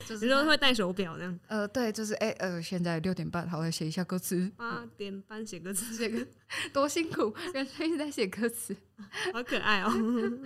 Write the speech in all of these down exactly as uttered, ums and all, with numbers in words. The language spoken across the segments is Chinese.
就是有时候会戴手表这样。 呃，对，就是哎、欸、呃，现在六点半，好，来写一下歌词。 八点半写歌词， 写个多辛苦，人生一直在写歌词， 好可爱哦。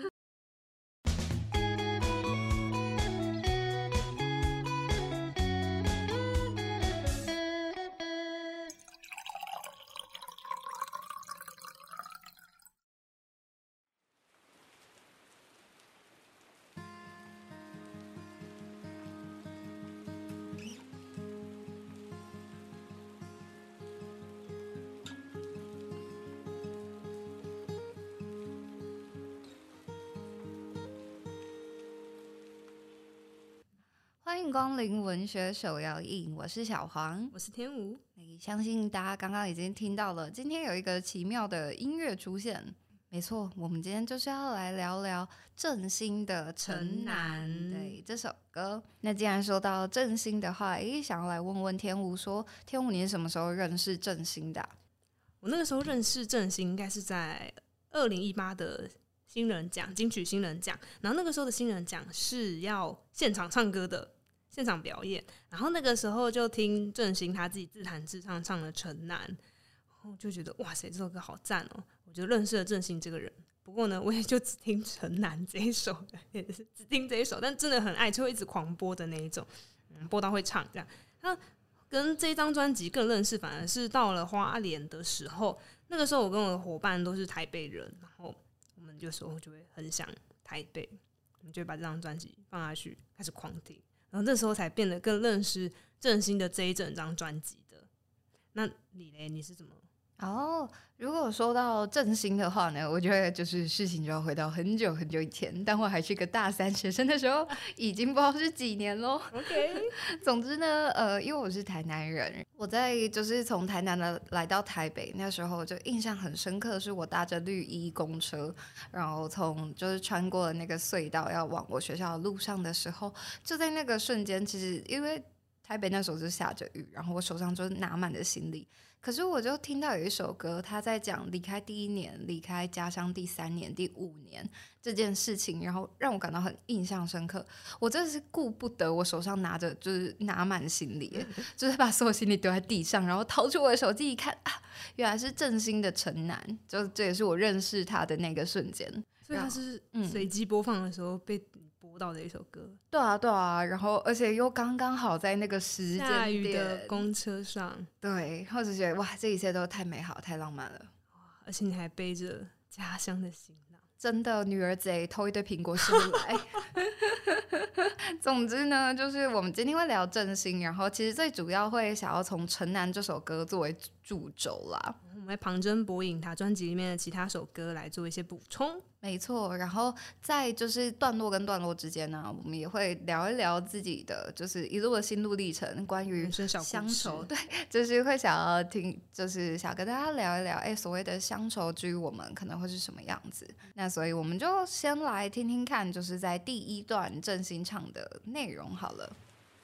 欢迎光临文学手摇印，我是小黄， 我是天吴。 相信大家刚刚已经听到了，今天有一个奇妙的音乐出现。没错，我们今天就是要来聊聊郑兴的《城南》对这首歌。那既然说到郑兴的话，诶，想要来问问天吴说，天吴你是什么时候认识郑兴的、啊？ 我那个时候认识郑兴应该是在二零一八的新人奖金曲新人奖，然后那个时候的新人奖是要现场唱歌的，现场表演，然后那个时候就听郑兴他自己自弹自唱唱的《城南》，然后就觉得哇塞，这首歌好赞哦，我就认识了郑兴这个人。不过呢，我也就只听《城南》这一首，也是只听这一首，但真的很爱，就会一直狂播的那一种，嗯，播到会唱这样。那跟这张专辑更认识，反而是到了花莲的时候，那个时候我跟我的伙伴都是台北人，然后我们有时候就会很想台北，我们就会把这张专辑放下去，开始狂听。然后那时候才变得更认识郑兴的这一整张专辑的。那你嘞？你是怎么？ 哦，如果说到郑兴的话呢，我觉得就是事情就要回到很久很久以前，但我还是个大三学生的时候，已经不知道是几年咯。 OK， 总之呢，呃，因为我是台南人，我在就是从台南的来到台北，那时候就印象很深刻，是我搭着绿衣公车，然后从就是穿过了那个隧道要往我学校的路上的时候，就在那个瞬间，其实因为台北那时候就下着雨，然后我手上就拿满了行李。可是我就听到有一首歌，他在讲离开第一年、离开家乡第三年、第五年这件事情，然后让我感到很印象深刻。我真的是顾不得我手上拿着就是拿满行李，就是把所有行李丢在地上，然后掏出我的手机一看啊，原来是郑兴的《城南》，就这也是我认识他的那个瞬间。 所以他是随机播放的时候被播到的一首歌。嗯、 对啊对啊，然后而且又刚刚好在那个时间点， 下雨的公车上， 对，或者觉得哇，这一切都太美好太浪漫了， 而且你还背着家乡的行囊， 真的女儿贼偷一堆苹果出来。总之呢，就是我们今天会聊郑兴，然后其实最主要会想要从《城南》这首歌作为主轴啦， 我们会旁征博引他专辑里面的其他首歌来做一些补充。 没错，然后在就是段落跟段落之间呢，我们也会聊一聊自己的就是一路的心路历程，关于乡愁，对，就是会想要听，就是想跟大家聊一聊，哎，所谓的乡愁之于我们可能会是什么样子。那所以我们就先来听听看，就是在第一段郑兴唱的内容好了。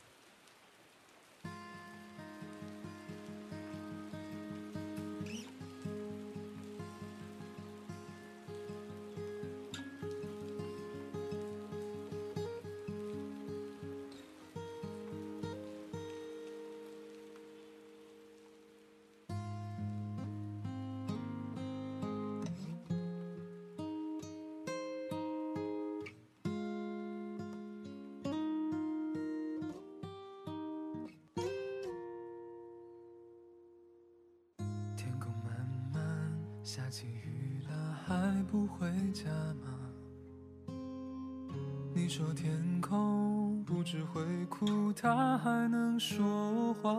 下起雨了还不回家吗？你说天空不只会哭，它还能说话。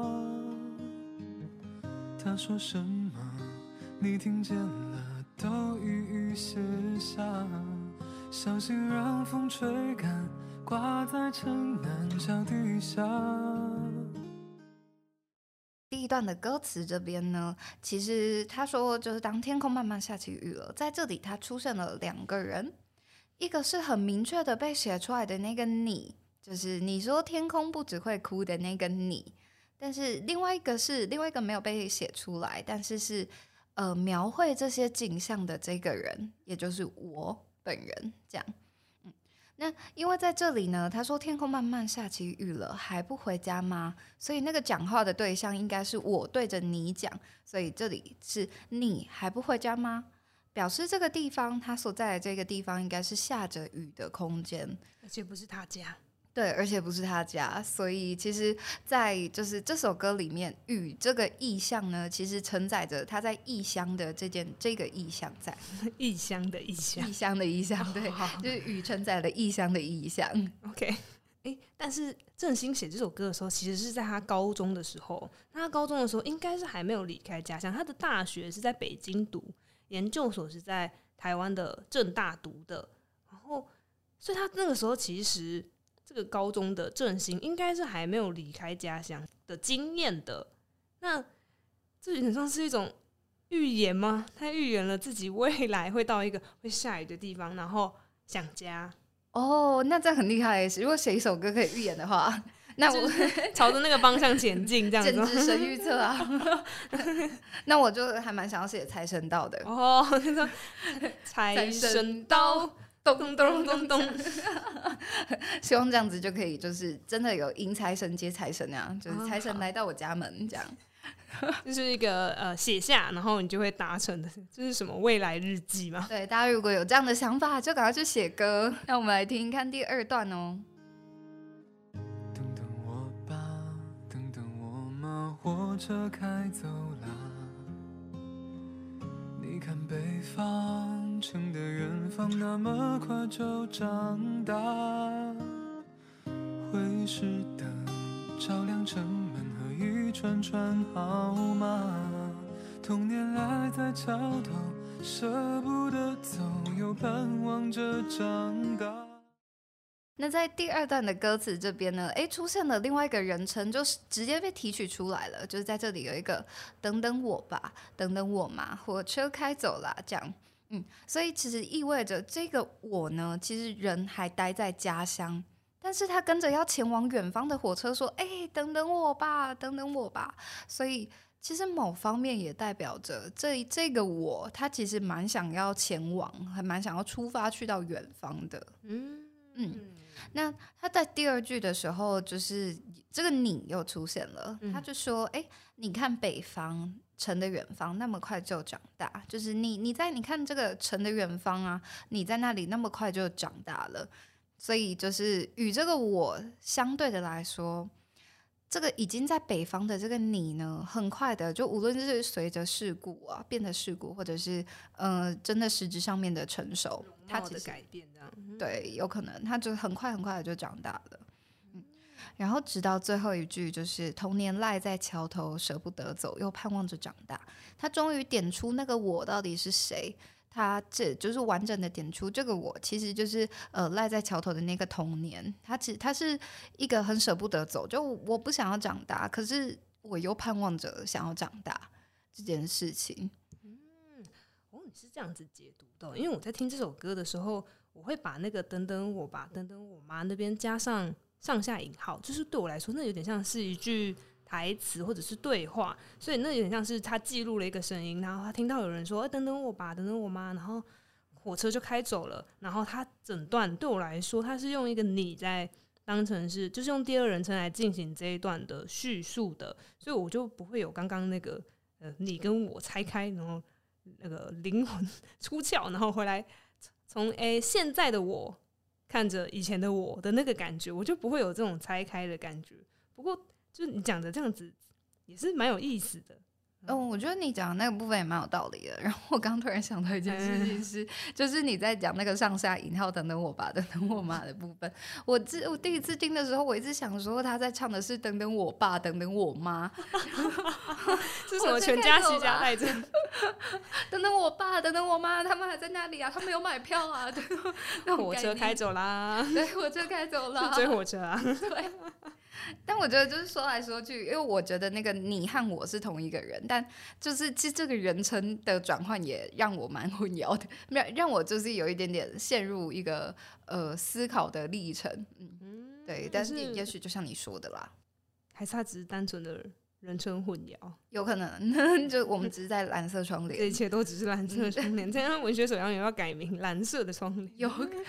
他说什么你听见了都一一写下，小心让风吹干，挂在城南桥底下。 第一段的歌词这边呢，其实他说就是当天空慢慢下起雨了，在这里他出现了两个人，一个是很明确的被写出来的那个你，就是你说天空不只会哭的那个你，但是另外一个是另外一个没有被写出来，但是是呃描绘这些景象的这个人，也就是我本人这样。嗯， 那因为在这里呢，他说天空慢慢下起雨了，还不回家吗？所以那个讲话的对象应该是我对着你讲，所以这里是你还不回家吗？表示这个地方他所在的这个地方应该是下着雨的空间， 而且不是他家。 对，而且不是他家，所以其实在就是这首歌里面，雨这个意象呢，其实承载着他在异乡的这件这个意象在异乡的异乡， 异乡的意象，对，就是雨承载了异乡的意象。 OK， 欸，但是郑兴写这首歌的时候，其实是在他高中的时候。他高中的时候应该是还没有离开家乡，他的大学是在北京读，研究所是在台湾的政大读的，然后所以他那个时候其实。这个高中的郑兴应该是还没有离开家乡的经验的，那这基本上是一种预言吗？他预言了自己未来会到一个会下雨的地方，然后想家。 哦，那这很厉害。如果写一首歌可以预言的话，那我朝着那个方向前进，这样子简直神预测啊！那我就还蛮想要写财神到的哦，财神到。咚咚咚咚， 希望这样子就可以，就是真的有迎财神接财神啊，就是财神来到我家门这样， 就是一个呃写下，然后你就会达成的，这是什么未来日记吗？ 对，大家如果有这样的想法，就赶快去写歌。那我们来听听看第二段哦。 等等我吧，等等我吗？火车开走了。你看北方城的远方那么快就长大，会是灯照亮城门和一串串号码，童年赖在桥头舍不得走，又盼望着长大。 那在第二段的歌词这边呢，哎，出现了另外一个人称，就是直接被提取出来了，就是在这里有一个等等我吧，等等我嘛，火车开走了这样，嗯，所以其实意味着这个我呢，其实人还待在家乡，但是他跟着要前往远方的火车说，哎，等等我吧，等等我吧，所以其实某方面也代表着这这个我，他其实蛮想要前往，还蛮想要出发去到远方的，嗯嗯。那他在第二句的时候，就是这个你又出现了，嗯、他就说：“哎，你看北方城的远方，那么快就长大，就是你你在你看这个城的远方啊，你在那里那么快就长大了。所以就是与这个我相对的来说，这个已经在北方的这个你呢，很快的就无论是随着世故啊变得世故，或者是呃真的实质上面的成熟， 它的改变这样。” 对，有可能他就很快很快的就长大了，嗯，然后直到最后一句就是童年赖在桥头舍不得走，又盼望着长大。他终于点出那个我到底是谁，他这就是完整的点出这个我其实就是呃赖在桥头的那个童年。他其实他是一个很舍不得走，就我不想要长大，可是我又盼望着想要长大这件事情。 嗯，哦，你是这样子解读的，因为我在听这首歌的时候。我会把那个等等我吧等等我妈那边加上上下引号，就是对我来说那有点像是一句台词或者是对话，所以那有点像是他记录了一个声音，然后他听到有人说、欸、等等我吧等等我妈，然后火车就开走了，然后他整段对我来说他是用一个你在当成是就是用第二人称来进行这一段的叙述的，所以我就不会有刚刚那个呃你跟我拆开，然后那个灵魂出窍，然后回来从诶现在的我看着以前的我的那个感觉，我就不会有这种拆开的感觉。不过就是你讲的这样子也是蛮有意思的。 嗯，我觉得你讲的那个部分也蛮有道理的。然后我刚突然想到一件事情是，嗯、就是你在讲那个上下引号等等我吧，等等我妈的部分。我自我第一次听的时候，我一直想说他在唱的是等等我爸，等等我妈， 是什么全家齐家带着？ 等等我爸，等等我妈，他们还在那里啊，他们有买票啊。 火车开走啦， 对，火车开走啦， 追火车啊， 对。但我觉得就是说来说去，因为我觉得那个你和我是同一个人，但就是其实这个人称的转换也让我蛮混淆的，让让我就是有一点点陷入一个呃思考的历程，嗯，嗯对，但是也许就像你说的啦， 还是他只是单纯的人称混淆， 有可能就我们只是在蓝色窗帘， 这一切都只是蓝色的窗帘，这样文学手上也要改名蓝色的窗帘， 有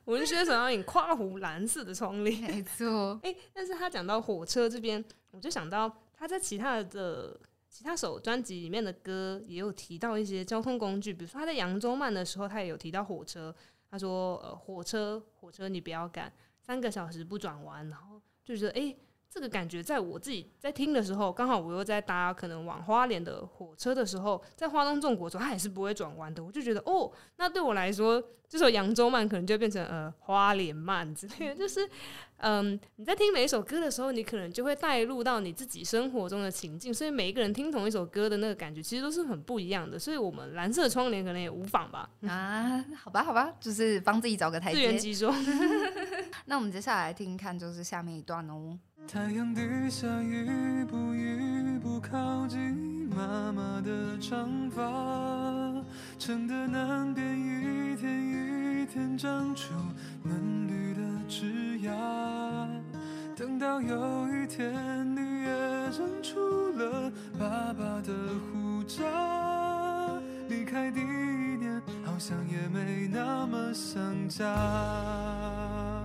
文学手摇饮跨湖蓝色的窗帘， 没错。 哎、欸，但是他讲到火车这边，我就想到他在其他的其他首专辑里面的歌也有提到一些交通工具，比如说他在扬州慢的时候，他也有提到火车。他说：“呃，火车，火车你不要赶，三个小时不转弯。”然后就觉得，哎、欸，这个感觉在我自己在听的时候，刚好我又在搭可能往花莲的火车的时候，在花东纵谷的时候，它也是不会转弯的。我就觉得，哦，那对我来说，这首扬州慢可能就变成呃花莲慢之类的，就是嗯，你在听每一首歌的时候，你可能就会带入到你自己生活中的情境，所以每一个人听同一首歌的那个感觉，其实都是很不一样的。所以我们蓝色窗帘可能也无妨吧。 啊，好吧，好吧，就是帮自己找个台阶。 自圆其说。 那我们接下来听看，就是下面一段哦。 太阳底下一步一步靠近妈妈的长发，城的南边一天一天长出嫩绿的枝桠，等到有一天你也长出了爸爸的胡渣，离开第一年好像也没那么想家。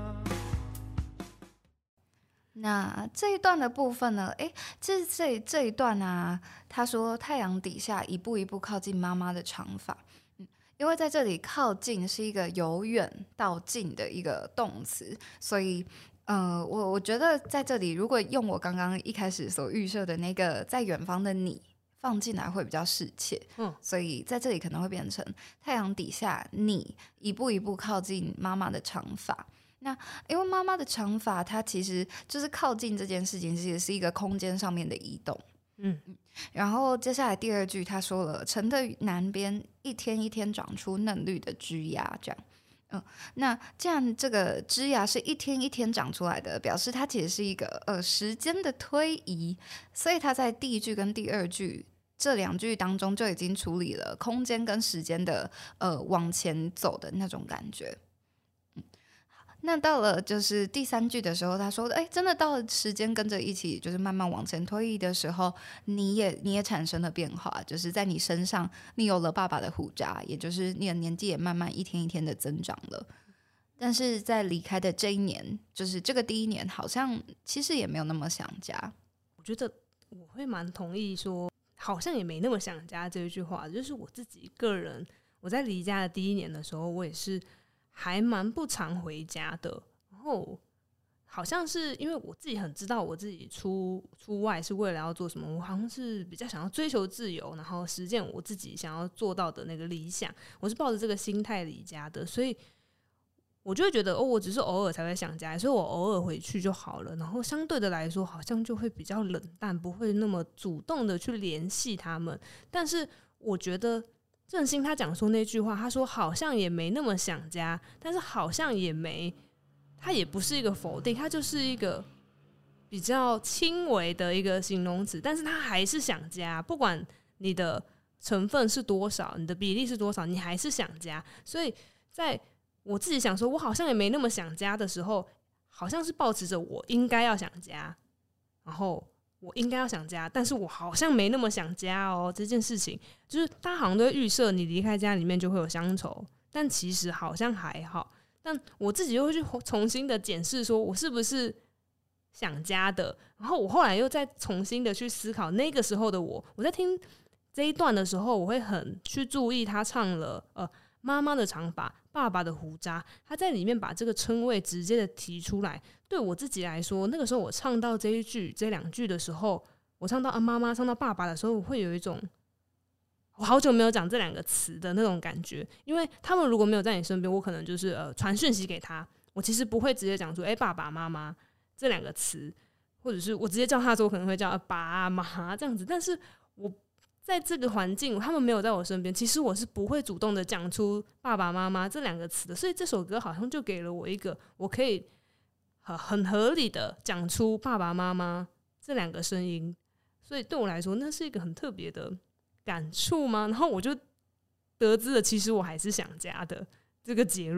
那这一段的部分呢？哎，这这这一段啊，他说太阳底下一步一步靠近妈妈的长发，嗯，因为在这里靠近是一个由远到近的一个动词，所以呃，我我觉得在这里如果用我刚刚一开始所预设的那个在远方的你放进来会比较适切，嗯，所以在这里可能会变成太阳底下你一步一步靠近妈妈的长发。那因为妈妈的长发，它其实就是靠近这件事情，其实是一个空间上面的移动。嗯，然后接下来第二句他说了，城的南边一天一天长出嫩绿的枝桠，这样。嗯，那这样这个枝桠是一天一天长出来的，表示它其实是一个呃时间的推移，所以它在第一句跟第二句这两句当中就已经处理了空间跟时间的呃往前走的那种感觉。那到了就是第三句的时候，他说：“哎，真的到了时间跟着一起，就是慢慢往前推移的时候，你也你也产生了变化，就是在你身上，你有了爸爸的胡渣，也就是你的年纪也慢慢一天一天的增长了。但是在离开的这一年，就是这个第一年，好像其实也没有那么想家。 我觉得我会蛮同意说，好像也没那么想家这一句话，就是我自己个人，我在离家的第一年的时候，我也是。”还蛮不常回家的，然后好像是因为我自己很知道我自己出出外是为了要做什么，我好像是比较想要追求自由，然后实践我自己想要做到的那个理想，我是抱着这个心态离家的，所以我就会觉得哦，我只是偶尔才会想家，所以我偶尔回去就好了，然后相对的来说好像就会比较冷淡，不会那么主动的去联系他们。但是我觉得郑兴他讲说那句话，他说好像也没那么想家，但是好像也没，他也不是一个否定，他就是一个比较轻微的一个形容词，但是他还是想家，不管你的成分是多少，你的比例是多少，你还是想家。所以在我自己想说我好像也没那么想家的时候，好像是抱持着我应该要想家，然后我应该要想家，但是我好像没那么想家哦。这件事情就是大家好像都会预设你离开家里面就会有乡愁，但其实好像还好。但我自己又会去重新的检视，说我是不是想家的。然后我后来又再重新的去思考那个时候的我，我在听这一段的时候，我会很去注意他唱了呃妈妈的长发，爸爸的胡渣，他在里面把这个称谓直接的提出来。对我自己来说，那个时候我唱到这一句这两句的时候，我唱到啊妈妈，唱到爸爸的时候，我会有一种我好久没有讲这两个词的那种感觉。因为他们如果没有在你身边，我可能就是呃传讯息给他，我其实不会直接讲出哎、欸、爸爸妈妈这两个词，或者是我直接叫他的时候，我可能会叫爸啊妈这样子。但是我在这个环境，他们没有在我身边，其实我是不会主动的讲出爸爸妈妈这两个词的。所以这首歌好像就给了我一个我可以很合理的讲出爸爸妈妈这两个声音，所以对我来说那是一个很特别的感触吗？然后我就得知了其实我还是想家的这个结论。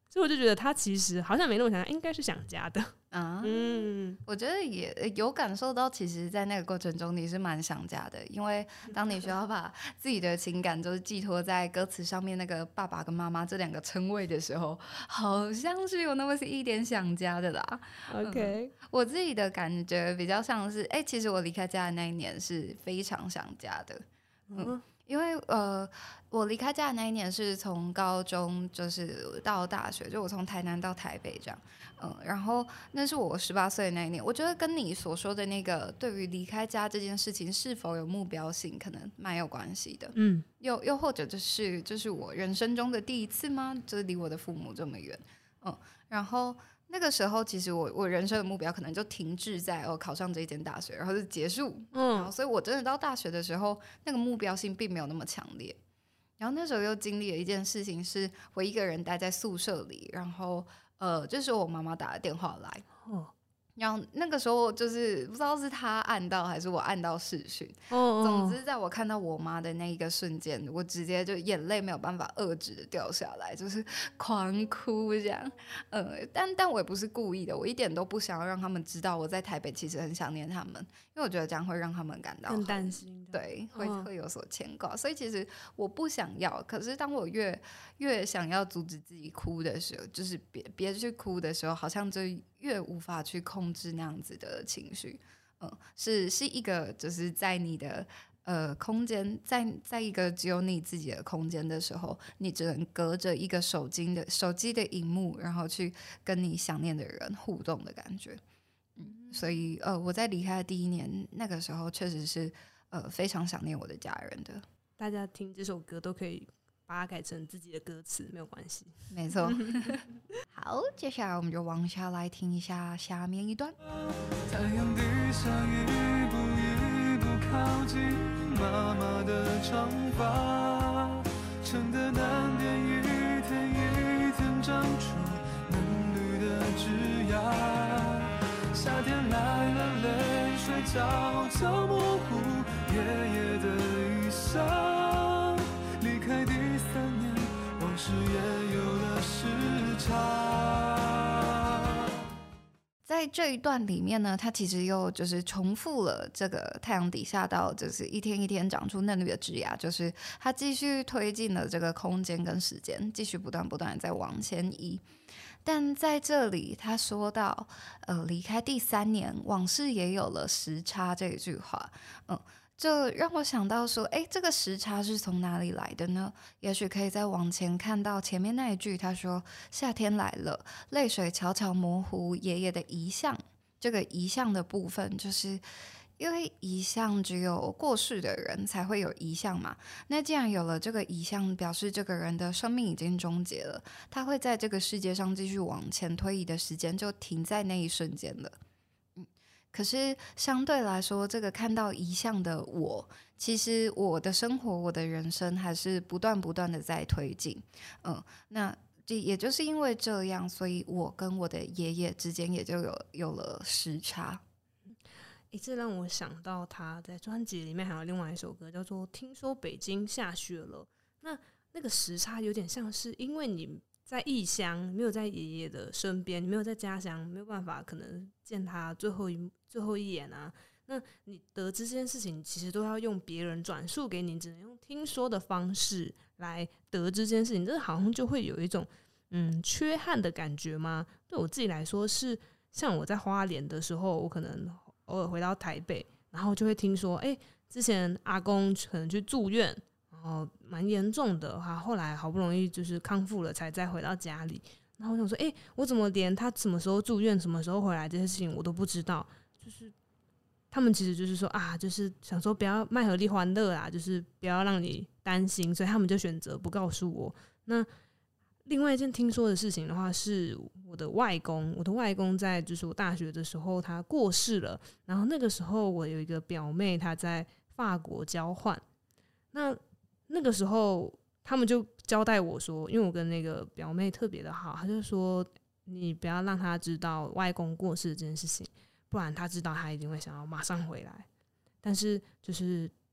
所以我就觉得他其实好像没那么想家，应该是想家的啊。 嗯， 我觉得也有感受到，其实，在那个过程中你是蛮想家的，因为当你需要把自己的情感就是寄托在歌词上面那个爸爸跟妈妈这两个称谓的时候，好像是有那么是一点想家的啦。 OK， 嗯，我自己的感觉比较像是，哎、欸，其实我离开家的那一年是非常想家的。嗯，嗯因为呃，我离开家的那一年是从高中就是到大学，就我从台南到台北这样，嗯，然后那是我十八岁的那一年。我觉得跟你所说的那个对于离开家这件事情是否有目标性，可能蛮有关系的。嗯，又又或者就是就是我人生中的第一次吗？就是离我的父母这么远，嗯，然后。那个时候，其实我我人生的目标可能就停滞在哦考上这一间大学，然后就结束。嗯，然后所以我真的到大学的时候，那个目标性并没有那么强烈。然后那时候又经历了一件事情，是我一个人待在宿舍里，然后呃，这时候我妈妈打了电话来。哦。然后那个时候就是不知道是他按到还是我按到视讯，哦，总之在我看到我妈的那一个瞬间，我直接就眼泪没有办法遏制的掉下来，就是狂哭这样。呃，但但我也不是故意的，我一点都不想要让他们知道我在台北其实很想念他们，因为我觉得这样会让他们感到更担心的， 对，会会有所牵挂。所以其实我不想要，可是当我越越想要阻止自己哭的时候，就是别别去哭的时候，好像就越无法去控制那样子的情绪。嗯，是是一个就是在你的呃空间，在在一个只有你自己的空间的时候，你只能隔着一个手机的手机的荧幕，然后去跟你想念的人互动的感觉。嗯，所以呃我在离开的第一年，那个时候确实是呃非常想念我的家人的。 大家听这首歌都可以把它改成自己的歌词，没有关系。 没错。好，接下来我们就往下来听一下下面一段。 太阳底下一步一步靠近，妈妈的长发撑得南边一天一天长出嫩绿的枝桠。夏天来了，泪水早早模糊爷爷的理想。离开第三年，往事也有了时差。 在这一段里面呢，它其实又就是重复了这个太阳底下到就是一天一天长出嫩绿的枝桠，就是它继续推进了这个空间跟时间，继续不断不断的在往前移。但在这里他说到呃，离开第三年，往事也有了时差这一句话，嗯，就让我想到说，哎，这个时差是从哪里来的呢？也许可以再往前看到前面那一句，他说夏天来了，泪水悄悄模糊爷爷的遗像。这个遗像的部分，就是因为遗像只有过世的人才会有遗像嘛，那既然有了这个遗像，表示这个人的生命已经终结了，他会在这个世界上继续往前推移的时间就停在那一瞬间了。嗯，可是相对来说，这个看到遗像的我，其实我的生活，我的人生还是不断不断的在推进。嗯，那也就是因为这样，所以我跟我的爷爷之间也就有有了时差。 欸，这让我想到他在专辑里面还有另外一首歌叫做《听说北京下雪了》。那那个时差有点像是因为你在异乡，没有在爷爷的身边，你没有在家乡，没有办法可能见他最后一最后一眼啊。那你得知这件事情，其实都要用别人转述给你，只能用听说的方式来得知这件事情，这好像就会有一种嗯缺憾的感觉吗？对我自己来说是，像我在花莲的时候，我可能偶尔回到台北，然后就会听说，哎、欸，之前阿公可能去住院，然后蛮严重的，他后来好不容易就是康复了，才再回到家里。然后我想说，哎、欸，我怎么连他什么时候住院、什么时候回来这些事情我都不知道？就是他们其实就是说啊，就是想说不要麦和利欢乐啦，就是不要让你担心，所以他们就选择不告诉我。那另外一件听说的事情的话，是我的外公，我的外公在就是我大学的时候他过世了，然后那个时候我有一个表妹，她在法国交换，那那个时候他们就交代我说，因为我跟那个表妹特别的好，他就说你不要让她知道外公过世这件事情，不然她知道她一定会想要马上回来。但是就是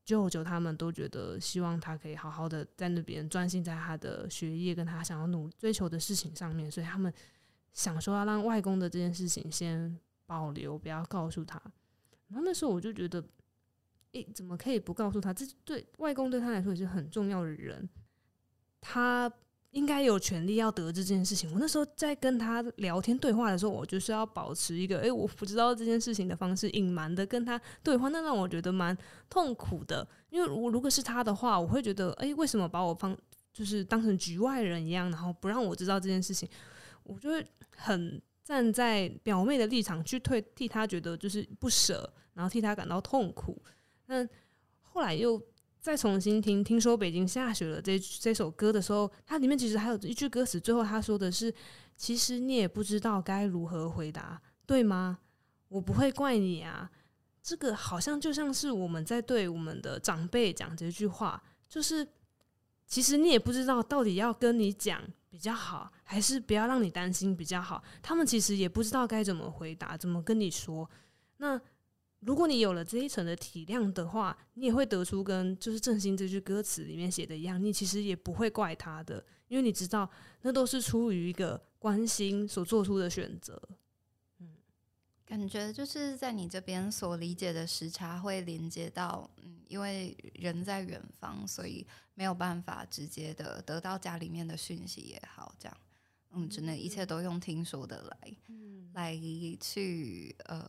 舅舅他们都觉得希望他可以好好的在那边专心在他的学业跟他想要努追求的事情上面，所以他们想说要让外公的这件事情先保留，不要告诉他。然后那时候我就觉得，诶，怎么可以不告诉他？这对外公对他来说也是很重要的人，他应该有权利要得知这件事情。我那时候在跟他聊天对话的时候，我就是要保持一个，诶，我不知道这件事情的方式，隐瞒的跟他对话，那让我觉得蛮痛苦的。因为我如果是他的话，我会觉得，诶，为什么把我放就是当成局外人一样，然后不让我知道这件事情？我就会很站在表妹的立场去退替他觉得就是不舍，然后替他感到痛苦。但后来又再重新听听说北京下雪了这这首歌的时候，它里面其实还有一句歌词，最后他说的是，其实你也不知道该如何回答，对吗？我不会怪你啊。这个好像就像是我们在对我们的长辈讲这句话，就是其实你也不知道到底要跟你讲比较好，还是不要让你担心比较好。他们其实也不知道该怎么回答，怎么跟你说。那如果你有了这一层的体谅的话，你也会得出跟就是正心这句歌词里面写的一样，你其实也不会怪他的，因为你知道那都是出于一个关心所做出的选择。 嗯，感觉就是在你这边所理解的时差会连接到，嗯，因为人在远方，所以没有办法直接的得到家里面的讯息也好，这样，嗯，只能一切都用听说的来，嗯、来去呃。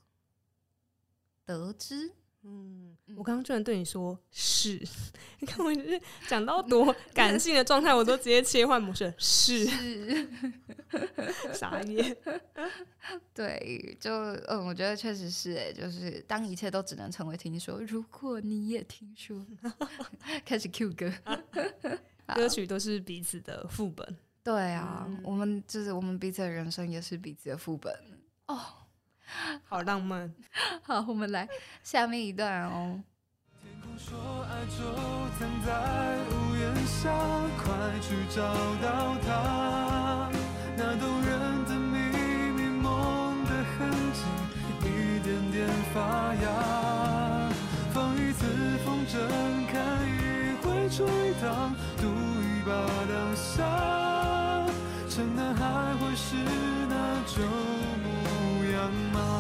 得知， 嗯，我刚刚居然对你说是，你看我就是讲到多感性的状态，我都直接切换模式，是， 是傻眼。 对，就嗯，我觉得确实是哎，就是当一切都只能成为听说，如果你也听说，开始 Q 歌， 歌曲都是彼此的副本。 对啊，嗯、我们就是我们彼此的人生也是彼此的副本哦。 好浪漫。 好，我们来下面一段哦。 天空说爱就藏在屋檐下，快去找到它，那动人的秘密，梦的痕迹一点点发芽，放一次风筝，看一回吹荡，赌一把当下，城南还会是那旧模样吗？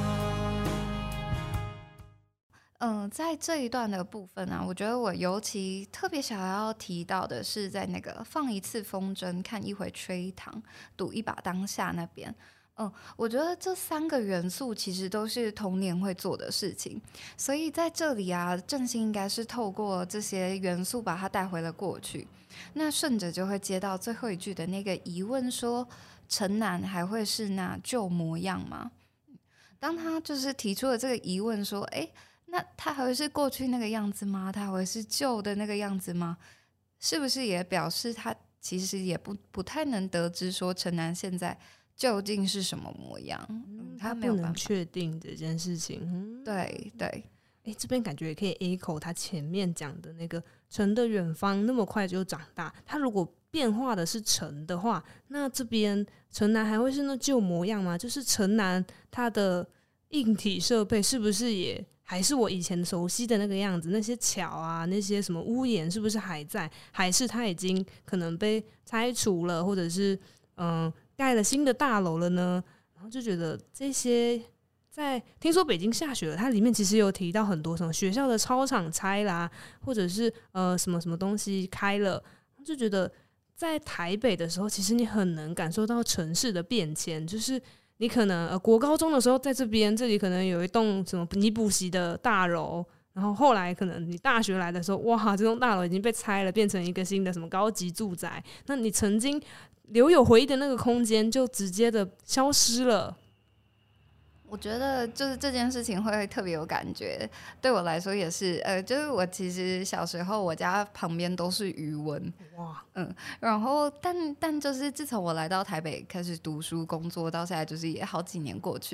嗯，在这一段的部分啊，我觉得我尤其特别想要提到的是，在那个放一次风筝，看一回吹糖，赌一把当下那边。嗯，我觉得这三个元素其实都是童年会做的事情，所以在这里啊，正兴应该是透过这些元素把它带回了过去。那顺着就会接到最后一句的那个疑问说，城南还会是那旧模样吗？当他就是提出了这个疑问说，哎，那他还会是过去那个样子吗？他还会是旧的那个样子吗？是不是也表示他其实也不不太能得知说城南现在究竟是什么模样？嗯、 他不能确定这件事情。嗯、 对对， 哎，这边感觉也可以 echo 他前面讲的那个城的远方那么快就长大，他如果变化的是城的话，那这边城南还会是那旧模样吗？就是城南它的硬体设备是不是也还是我以前熟悉的那个样子？那些桥啊，那些什么屋檐是不是还在？还是它已经可能被拆除了，或者是嗯盖了新的大楼了呢？然后就觉得这些，在听说北京下雪了，它里面其实有提到很多什么学校的操场拆啦，或者是呃什么什么东西开了，就觉得在台北的时候，其实你很能感受到城市的变迁，就是你可能呃国高中的时候在这边，这里可能有一栋什么你补习的大楼，然后后来可能你大学来的时候，哇，这栋大楼已经被拆了，变成一个新的什么高级住宅，那你曾经留有回忆的那个空间就直接的消失了。 我觉得就是这件事情会特别有感觉，对我来说也是，呃，就是我其实小时候我家旁边都是渔塭，哇，嗯，然后但但就是自从我来到台北开始读书工作到现在，就是也好几年过去了，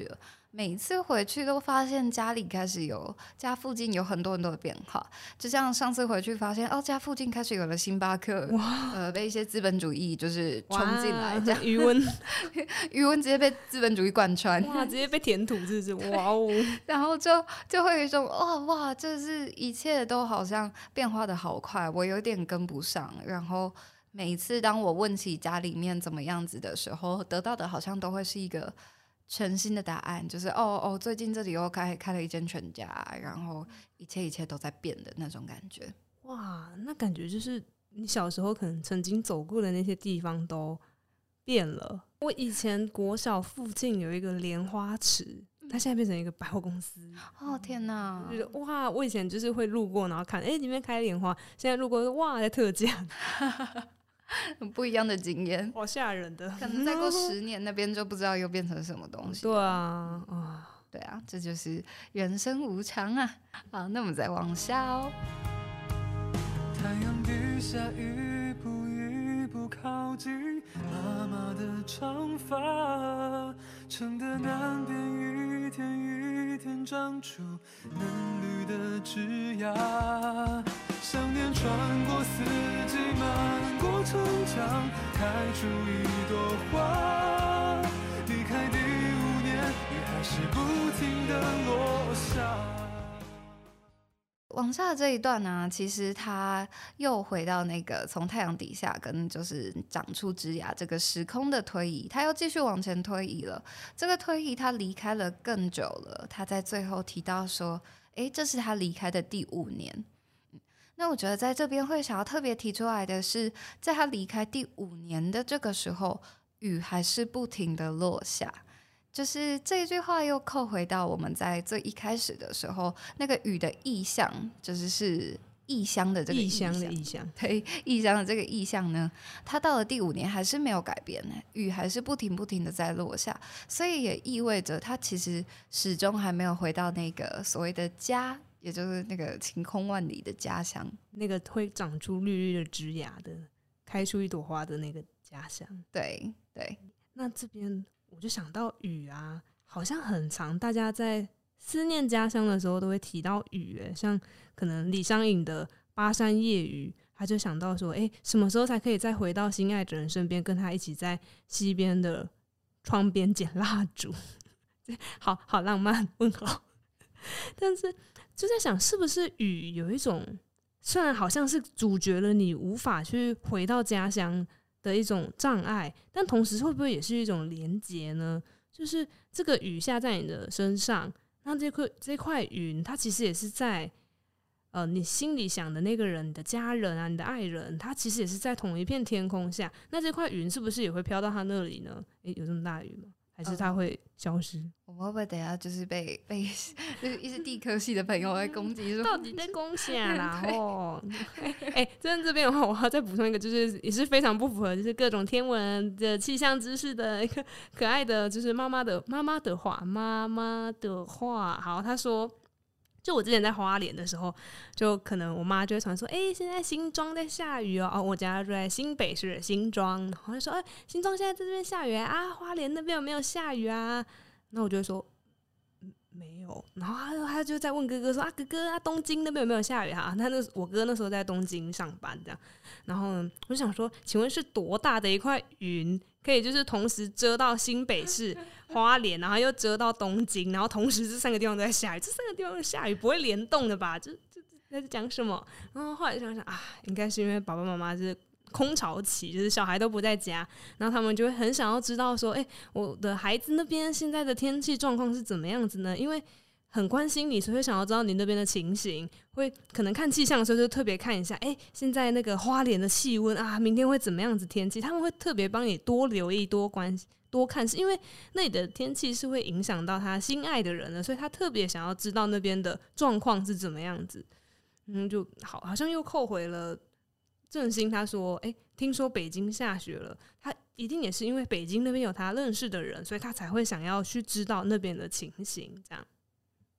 每一次回去都发现家里开始有家附近有很多很多的变化，就像上次回去发现哦，家附近开始有了星巴克，呃，被一些资本主义就是冲进来，这样余温余温直接被资本主义贯穿， 哇，直接被填土，是不是？哇哦！ 然后就就会有一种哇哇，就是一切都好像变化的好快，我有点跟不上。然后每一次当我问起家里面怎么样子的时候，得到的好像都会是一个全新的答案，就是哦哦，最近这里又开开了一间全家，然后一切一切都在变的那种感觉。 哇，那感觉就是你小时候可能曾经走过的那些地方都变了。我以前国小附近有一个莲花池，它现在变成一个百货公司。 哦天哪！ 就是哇，我以前就是会路过，然后看，哎、欸，里面开莲花。现在路过，哇，在特价， 很不一样的经验， 好吓人的。 可能再过十年，那边就不知道又变成什么东西。 对啊，啊， 对啊，这就是人生无常啊。好，那我们再往下哦。 太阳底下一步一步靠近，妈妈的长发撑得南边一天一天长出嫩绿的枝桠，想念穿过四季，漫过城墙，开出一朵花。离开第五年，雨还是不停地落下。 往下这一段呢，其实他又回到那个从太阳底下跟就是长出枝桠这个时空的推移，他又继续往前推移了。这个推移他离开了更久了，他在最后提到说，诶，这是他离开的第五年。那我觉得在这边会想要特别提出来的是，在他离开第五年的这个时候，雨还是不停的落下。就是这一句话又扣回到我们在最一开始的时候，那个雨的意象，就是是异乡的这个异意象乡的意象， 对，异乡的这个意象呢，它到了第五年还是没有改变，雨还是不停不停的在落下，所以也意味着它其实始终还没有回到那个所谓的家，也就是那个晴空万里的家乡， 那个会长出绿绿的枝桠的，开出一朵花的那个家乡。 对对， 那这边我就想到雨啊，好像很常大家在思念家乡的时候都会提到雨，欸，像可能李商隐的《巴山夜雨》，他就想到说，哎，欸，什么时候才可以再回到心爱的人身边，跟他一起在溪边的窗边捡蜡烛？好好浪漫，问号。但是就在想，是不是雨有一种，虽然好像是主角了你无法去回到家乡的一种障碍，但同时会不会也是一种连结呢？就是这个雨下在你的身上，那这块这块云，它其实也是在呃你心里想的那个人，你的家人啊，你的爱人，他其实也是在同一片天空下。那这块云是不是也会飘到他那里呢？诶，有这么大雨吗？还是它会消失？嗯， 我们会不会等一下就是被被就是一些地科系的朋友会攻击说， 到底在攻下啦？哦，哎、欸，真的这边的话，我要再补充一个，就是也是非常不符合，就是各种天文的气象知识的一个可爱的，就是妈妈的妈妈的话，妈妈的话。好，他说。就我之前在花莲的时候，就可能我妈就会传说，哎、欸，现在新庄在下雨哦，哦，我家住在新北市的新庄，然后就说，哎、欸，新庄现在在这边下雨啊，花莲那边有没有下雨啊？那我就会说，没有。然后他他就在问哥哥说，啊，哥哥啊，东京那边有没有下雨啊？他那我哥那时候在东京上班这样，然后呢，我就想说，请问是多大的一块云？可以就是同时遮到新北市、花莲，然后又遮到东京，然后同时这三个地方都在下雨，这三个地方的下雨不会联动的吧？这这在讲什么？然后后来想想啊，应该是因为爸爸妈妈是空巢期，就是小孩都不在家，然后他们就会很想要知道说，哎、欸，我的孩子那边现在的天气状况是怎么样子呢？因为很关心你，所以会想要知道你那边的情形，会可能看气象的时候就特别看一下，哎、欸，现在那个花莲的气温啊，明天会怎么样子天气？他们会特别帮你多留意、多关多看，是因为那里的天气是会影响到他心爱的人的，所以他特别想要知道那边的状况是怎么样子。嗯，就好，好像又扣回了郑兴他说，哎、欸，听说北京下雪了，他一定也是因为北京那边有他认识的人，所以他才会想要去知道那边的情形，这样。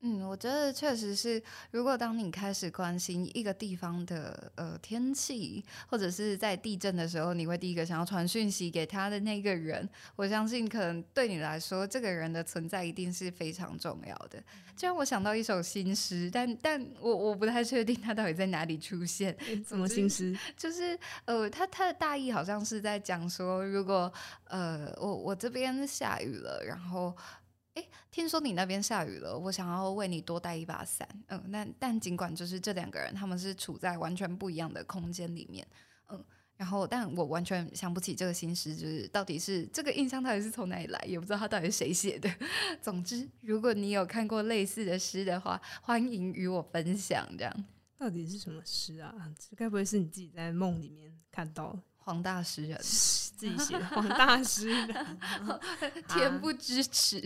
嗯，我觉得确实是，如果当你开始关心一个地方的呃天气，或者是在地震的时候，你会第一个想要传讯息给他的那个人，我相信可能对你来说，这个人的存在一定是非常重要的。就让我想到一首新诗，但但我我不太确定它到底在哪里出现。 什么新诗？ 就是呃，它它的大意好像是在讲说，如果呃我我这边下雨了，然后。哎，听说你那边下雨了，我想要为你多带一把伞。嗯，但但尽管就是这两个人他们是处在完全不一样的空间里面，嗯，然后但我完全想不起这个新诗，就是到底是这个印象到底是从哪里来，也不知道他到底是谁写的。总之，如果你有看过类似的诗的话，欢迎与我分享。这样到底是什么诗啊？这该不会是你自己在梦里面看到黄大诗人自己写的黄大诗人？ 天不知耻。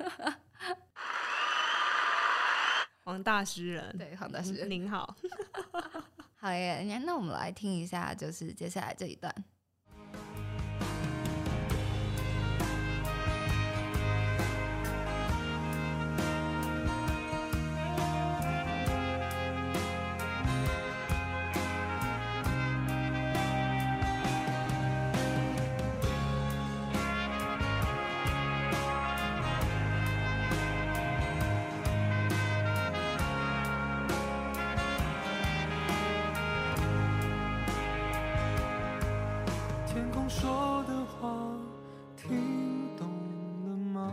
黄大诗人， 对，黄大诗人， 您好。 好耶，那我们来听一下，就是接下来这一段。 天空说的话听懂了吗？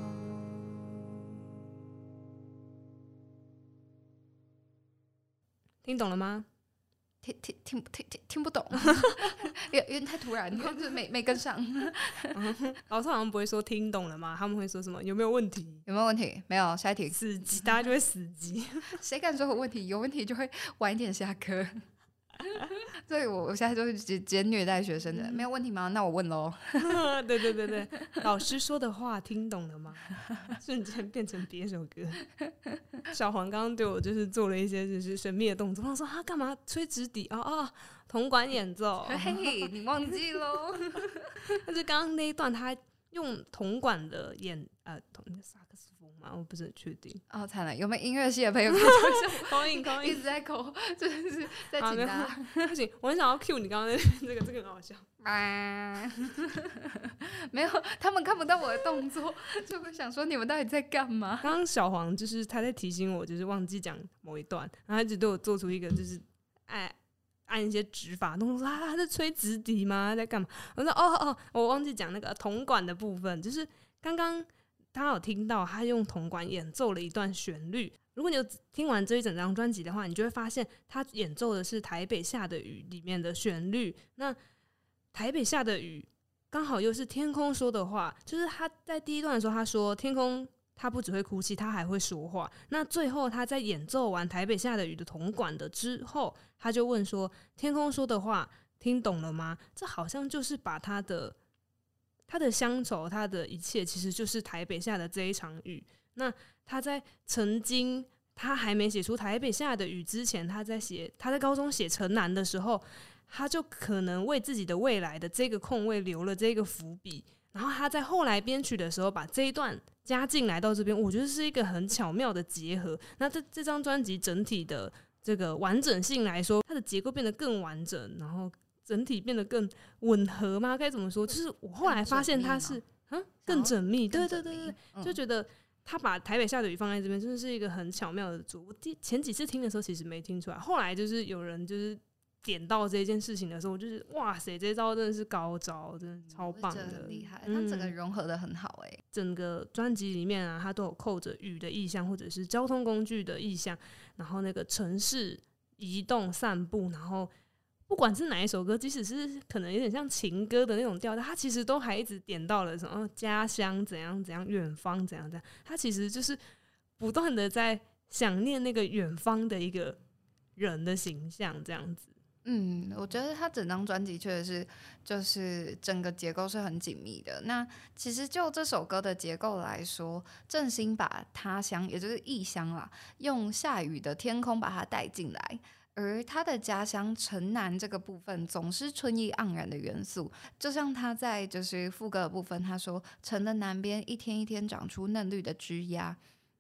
听懂了吗？ 听听听听听听不懂，有有点太突然，就是没没跟上。 老师好像不会说听懂了吗？他们会说什么？有没有问题？ 有没有问题？没有，下一题。 死机，大家就会死机。 谁敢说有问题？有问题就会晚一点下课。所以我我现在就会直接虐待学生的，没有问题吗？那我问喽。 对对对对，老师说的话听懂了吗？瞬间变成别首歌。小黄刚刚对我就是做了一些就是神秘的动作，他说他干嘛吹直笛啊啊，铜管演奏。 嘿，你忘记喽？ 但是刚刚那一段他用铜管的演呃铜萨克斯风嘛，我不是很确定。 哦，惨了，有没有音乐系的朋友可以说一下？ 口音口音一直在口，真的是在请大家。 不行，我很想要 cue 你刚刚那这个这个很好笑。 啊，没有，他们看不到我的动作，就会想说你们到底在干嘛？ 刚刚小黄就是他在提醒我，就是忘记讲某一段，然后他一直对我做出一个就是按按一些指法动作，说啊他在吹直笛吗？他在干嘛？我说哦哦，我忘记讲那个铜管的部分，就是刚刚他有听到他用铜管演奏了一段旋律。如果你有听完这一整张专辑的话，你就会发现他演奏的是《台北下的雨》里面的旋律。那台北下的雨刚好又是天空说的话，就是他在第一段的时候他说天空他不只会哭泣，他还会说话。那最后他在演奏完台北下的雨的铜管的之后，他就问说天空说的话听懂了吗？这好像就是把他的他的乡愁，他的一切其实就是台北下的这一场雨。那他在曾经他还没写出台北下的雨之前，他在写他在高中写城南的时候，他就可能为自己的未来的这个空位留了这个伏笔，然后他在后来编曲的时候把这一段加进来到这边，我觉得是一个很巧妙的结合。那这这张专辑整体的这个完整性来说，它的结构变得更完整，然后整体变得更吻合吗？该怎么说？就是我后来发现它是啊更缜密，对对对对，嗯、就觉得他把台北下的雨放在这边，真的是一个很巧妙的组。我第前几次听的时候其实没听出来，后来就是有人就是点到这件事情的时候，我就是哇塞，这招真的是高招，真的超棒的， 很厉害。它整个融合的很好哎、欸， 整个专辑里面啊，它都有扣着雨的意象，或者是交通工具的意象，然后那个城市移动散步，然后不管是哪一首歌，即使是可能有点像情歌的那种调调，它其实都还一直点到了什么家乡怎样怎样，远方怎样怎样，它其实就是不断的在想念那个远方的一个人的形象，这样子。 嗯，我觉得他整张专辑确实是，就是整个结构是很紧密的。那其实就这首歌的结构来说，郑兴把他乡，也就是异乡啦，用下雨的天空把它带进来，而他的家乡城南这个部分总是春意盎然的元素。就像他在就是副歌的部分，他说城的南边一天一天长出嫩绿的枝桠。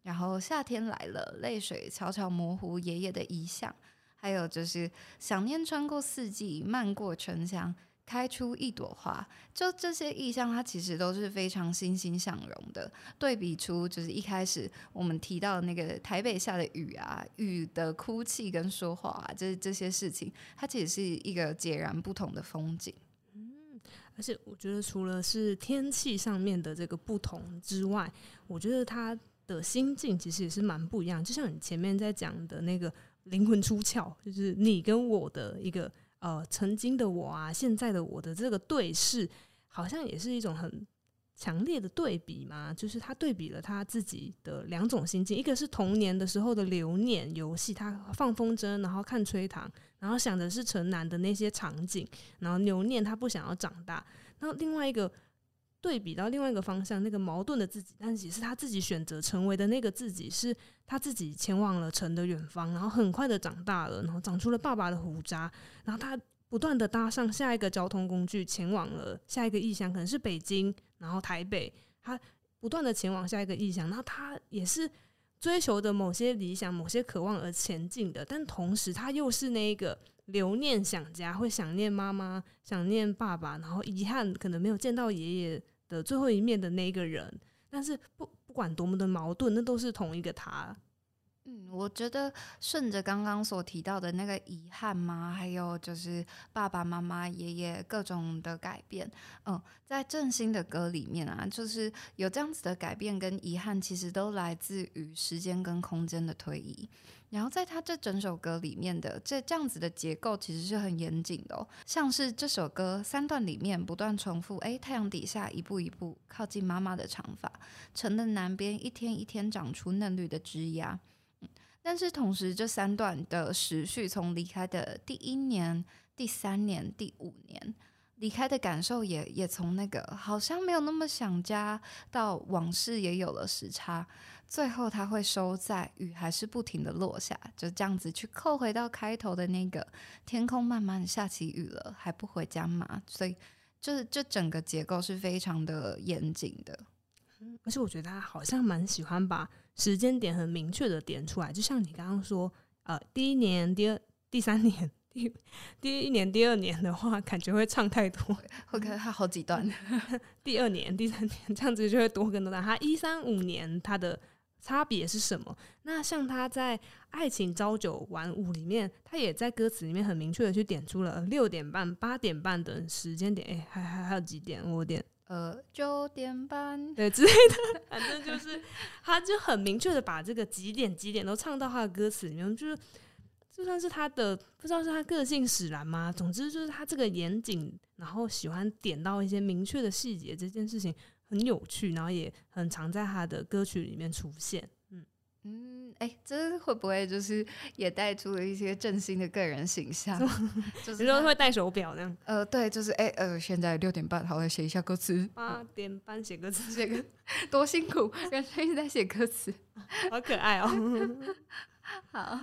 然后夏天来了，泪水悄悄模糊爷爷的遗像，还有就是想念穿过四季，漫过春香，开出一朵花。就这些意象它其实都是非常欣欣向荣的，对比出就是一开始我们提到的那个台北下的雨啊，雨的哭泣跟说话啊，这这些事情它其实是一个截然不同的风景。 嗯，而且我觉得除了是天气上面的这个不同之外，我觉得他的心境其实也是蛮不一样。就像你前面在讲的那个灵魂出窍，就是你跟我的一个呃曾经的我啊，现在的我的这个对视，好像也是一种很强烈的对比嘛。就是他对比了他自己的两种心境，一个是童年的时候的留念游戏，他放风筝，然后看吹糖，然后想的是城南的那些场景，然后留念他不想要长大。然后另外一个对比到另外一个方向，那个矛盾的自己，但是也是他自己选择成为的那个自己，是他自己前往了城的远方，然后很快的长大了，然后长出了爸爸的胡渣，然后他不断的搭上下一个交通工具，前往了下一个异乡，可能是北京，然后台北，他不断的前往下一个异乡，然后他也是追求着某些理想、某些渴望而前进的，但同时他又是那个留念想家，会想念妈妈、想念爸爸，然后遗憾可能没有见到爷爷的最后一面的那个人。但是不不管多么的矛盾，那都是同一个他。 嗯，我觉得顺着刚刚所提到的那个遗憾嘛，还有就是爸爸妈妈、爷爷各种的改变，嗯，在郑兴的歌里面啊，就是有这样子的改变跟遗憾，其实都来自于时间跟空间的推移。然后在他这整首歌里面的这这样子的结构其实是很严谨的哦，像是这首歌三段里面不断重复，哎，太阳底下一步一步靠近妈妈的长发，城的南边一天一天长出嫩绿的枝桠。但是同时，这三段的时序从离开的第一年、第三年、第五年，离开的感受也也从那个好像没有那么想家，到往事也有了时差，最后它会收在雨还是不停的落下，就这样子去扣回到开头的那个天空慢慢下起雨了，还不回家吗？所以就是这整个结构是非常的严谨的。 而且我觉得他好像蛮喜欢把时间点很明确的点出来，就像你刚刚说，呃，第一年、第二、第三年、第第一年、第二年的话，感觉会唱太多， 会看他好几段。 第二年、第三年这样子就会多更多段。他一三五年他的差别是什么？那像他在《爱情朝九晚五》里面，他也在歌词里面很明确的去点出了六点半、八点半的时间点。哎、欸，还还还有几点？我有点。 呃，九点半， 对之类的，反正就是他就很明确的把这个几点几点都唱到他的歌词里面，就是就算是他的不知道是他个性使然吗？总之就是他这个严谨，然后喜欢点到一些明确的细节，这件事情很有趣，然后也很常在他的歌曲里面出现。嗯嗯，哎、欸，这会不会就是也带出了一些郑兴的个人形象？就是你说会戴手表那样？ 呃，对，就是哎、欸、呃，现在六点半，好，来写一下歌词。 八点半写歌词， 写个多辛苦，人生一直在写歌词， 好可爱哦。 好。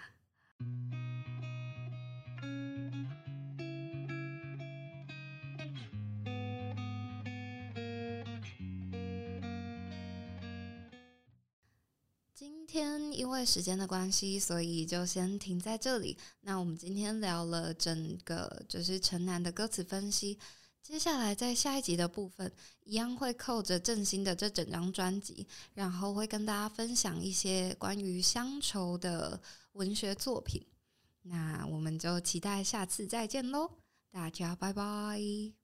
今天因为时间的关系，所以就先停在这里。那我们今天聊了整个就是城南的歌词分析，接下来在下一集的部分，一样会扣着郑兴的这整张专辑，然后会跟大家分享一些关于乡愁的文学作品。那我们就期待下次再见咯，大家拜拜。